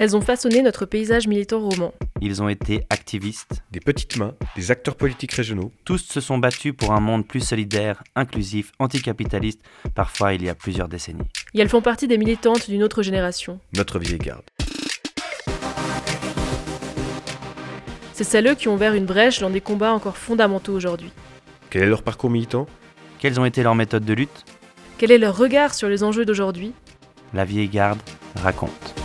Elles ont façonné notre paysage militant roman. Ils ont été activistes. Des petites mains, des acteurs politiques régionaux. Tous se sont battus pour un monde plus solidaire, inclusif, anticapitaliste, parfois il y a plusieurs décennies. Et elles font partie des militantes d'une autre génération. Notre vieille garde. C'est celles qui ont ouvert une brèche dans des combats encore fondamentaux aujourd'hui. Quel est leur parcours militant ? Quelles ont été leurs méthodes de lutte ? Quel est leur regard sur les enjeux d'aujourd'hui ? La vieille garde raconte.